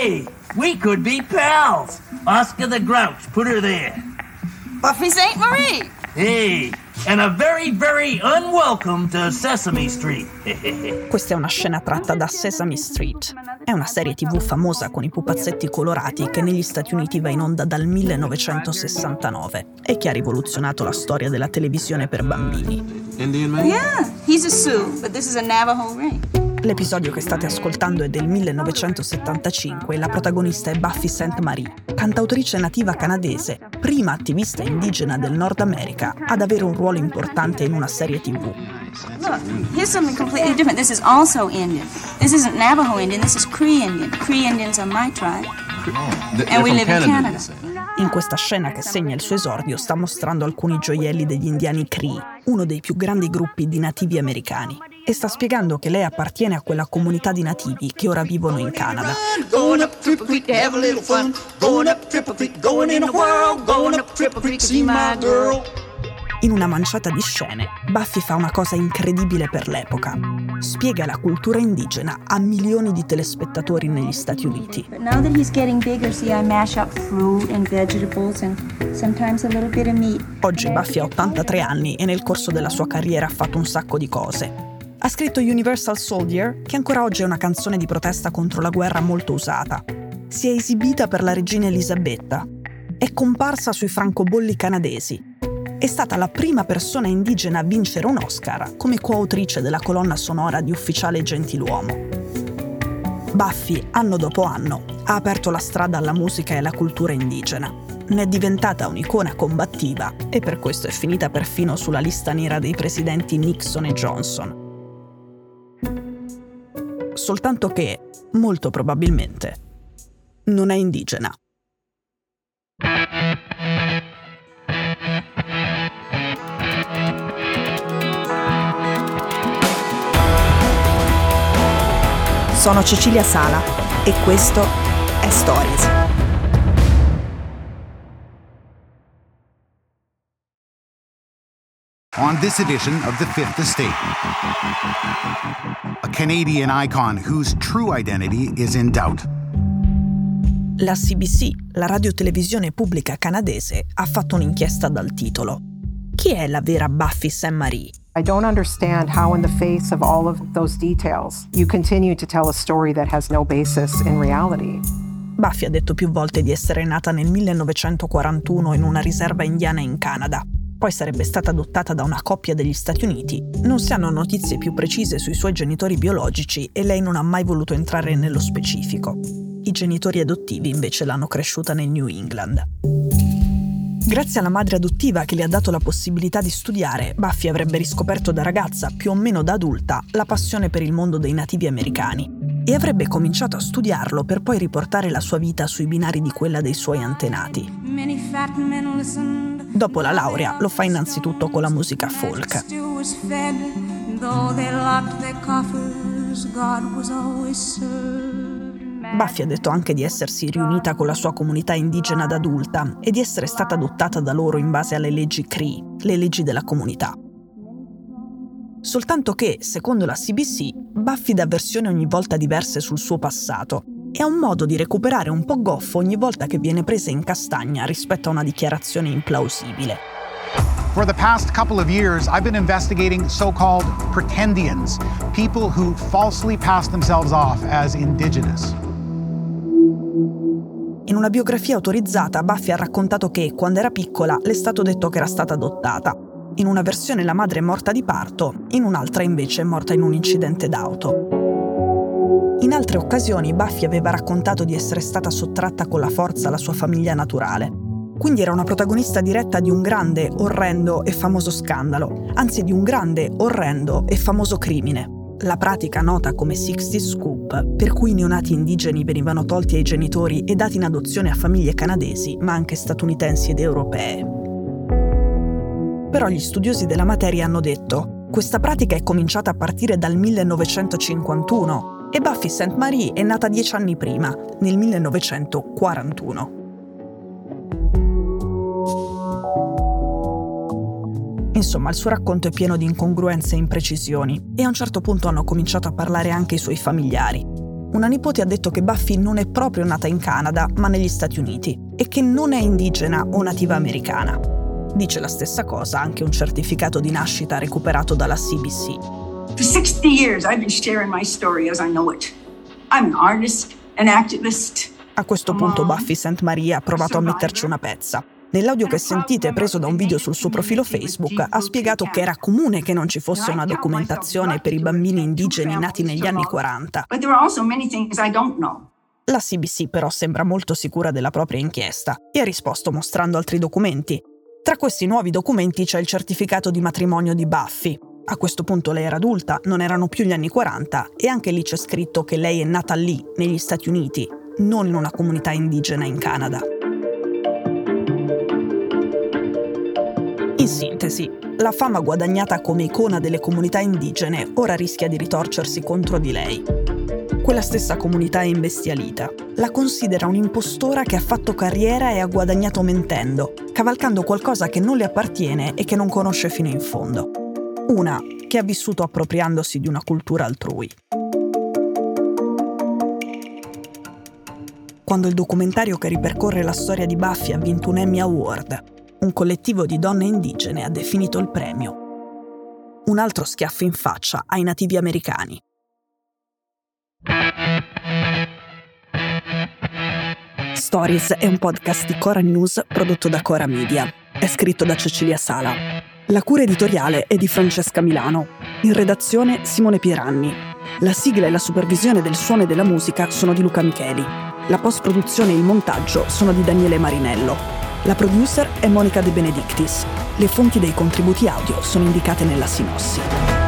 Hey, we could be pals. Oscar the Grouch, put her there. Buffy St. Marie. Hey, and a very, very unwelcome to Sesame Street. Questa è una scena tratta da Sesame Street. È una serie TV famosa con i pupazzetti colorati che negli Stati Uniti va in onda dal 1969 e che ha rivoluzionato la storia della televisione per bambini. Indian man? Yeah, he's a Sioux, but this is a Navajo ring. L'episodio che state ascoltando è del 1975 e la protagonista è Buffy St. Marie, cantautrice nativa canadese, prima attivista indigena del Nord America ad avere un ruolo importante in una serie TV. Look, here's something completely different. This is also Indian. This isn't Navajo Indian, this is Cree Indian. Cree Indians are my tribe. And we live in Canada. In questa scena che segna il suo esordio sta mostrando alcuni gioielli degli indiani Cree, uno dei più grandi gruppi di nativi americani, e sta spiegando che lei appartiene a quella comunità di nativi che ora vivono in Canada. In una manciata di scene, Buffy fa una cosa incredibile per l'epoca. Spiega la cultura indigena a milioni di telespettatori negli Stati Uniti. Now that he's getting bigger, see, I mash up fruit and vegetables and sometimes a little bit of meat. Oggi Buffy ha 83 anni e nel corso della sua carriera ha fatto un sacco di cose. Ha scritto Universal Soldier, che ancora oggi è una canzone di protesta contro la guerra molto usata. Si è esibita per la regina Elisabetta. È comparsa sui francobolli canadesi. È stata la prima persona indigena a vincere un Oscar come coautrice della colonna sonora di Ufficiale Gentiluomo. Buffy, anno dopo anno, ha aperto la strada alla musica e alla cultura indigena. Ne è diventata un'icona combattiva e per questo è finita perfino sulla lista nera dei presidenti Nixon e Johnson. Soltanto che, molto probabilmente, non è indigena. Sono Cecilia Sala e questo è Stories. On this edition of The Fifth Estate, a Canadian icon whose true identity is in doubt. La CBC, la radiotelevisione pubblica canadese, ha fatto un'inchiesta dal titolo: chi è la vera Buffy St. Marie? I don't understand how in the face of all of those details you continue to tell a story that has no basis in reality. Buffy ha detto più volte di essere nata nel 1941 in una riserva indiana in Canada. Poi sarebbe stata adottata da una coppia degli Stati Uniti. Non si hanno notizie più precise sui suoi genitori biologici e lei non ha mai voluto entrare nello specifico. I genitori adottivi invece l'hanno cresciuta nel New England. Grazie alla madre adottiva che le ha dato la possibilità di studiare, Buffy avrebbe riscoperto da ragazza, più o meno da adulta, la passione per il mondo dei nativi americani e avrebbe cominciato a studiarlo per poi riportare la sua vita sui binari di quella dei suoi antenati. Dopo la laurea lo fa innanzitutto con la musica folk. Buffy ha detto anche di essersi riunita con la sua comunità indigena da adulta e di essere stata adottata da loro in base alle leggi Cree, le leggi della comunità. Soltanto che, secondo la CBC, Buffy dà versioni ogni volta diverse sul suo passato e ha un modo di recuperare un po' goffo ogni volta che viene presa in castagna rispetto a una dichiarazione implausibile. For the past couple of years, I've been investigating so-called pretendians, people who falsely pass themselves off as indigenous. In una biografia autorizzata, Buffy ha raccontato che, quando era piccola, le è stato detto che era stata adottata. In una versione la madre è morta di parto, in un'altra invece è morta in un incidente d'auto. In altre occasioni Buffy aveva raccontato di essere stata sottratta con la forza alla sua famiglia naturale. Quindi era una protagonista diretta di un grande, orrendo e famoso scandalo, anzi di un grande, orrendo e famoso crimine. La pratica nota come 60 Scoop, per cui i neonati indigeni venivano tolti ai genitori e dati in adozione a famiglie canadesi, ma anche statunitensi ed europee. Però gli studiosi della materia hanno detto: questa pratica è cominciata a partire dal 1951 e Buffy St. Marie è nata 10 anni prima, nel 1941. Insomma, il suo racconto è pieno di incongruenze e imprecisioni e a un certo punto hanno cominciato a parlare anche i suoi familiari. una nipote ha detto che Buffy non è proprio nata in Canada, ma negli Stati Uniti, e che non è indigena o nativa americana. Dice la stessa cosa anche un certificato di nascita recuperato dalla CBC. For 60 years I've been sharing my story as I know it. I'm an artist, an activist. A questo punto Buffy St. Marie ha provato a metterci una pezza. Nell'audio che sentite, preso da un video sul suo profilo Facebook, ha spiegato che era comune che non ci fosse una documentazione per i bambini indigeni nati negli anni 40. La CBC però sembra molto sicura della propria inchiesta e ha risposto mostrando altri documenti. Tra questi nuovi documenti c'è il certificato di matrimonio di Buffy. A questo punto lei era adulta, non erano più gli anni 40 e anche lì c'è scritto che lei è nata lì, negli Stati Uniti, non in una comunità indigena in Canada. In sintesi, la fama guadagnata come icona delle comunità indigene ora rischia di ritorcersi contro di lei. Quella stessa comunità è imbestialita. La considera un'impostora che ha fatto carriera e ha guadagnato mentendo, cavalcando qualcosa che non le appartiene e che non conosce fino in fondo. Una che ha vissuto appropriandosi di una cultura altrui. Quando il documentario che ripercorre la storia di Buffy ha vinto un Emmy Award, un collettivo di donne indigene ha definito il premio un altro schiaffo in faccia ai nativi americani. Stories è un podcast di Cora News prodotto da Cora Media. È scritto da Cecilia Sala. La cura editoriale è di Francesca Milano. In redazione Simone Pieranni. La sigla e la supervisione del suono e della musica sono di Luca Micheli. La post-produzione e il montaggio sono di Daniele Marinello. La producer è Monica De Benedictis. Le fonti dei contributi audio sono indicate nella sinossi.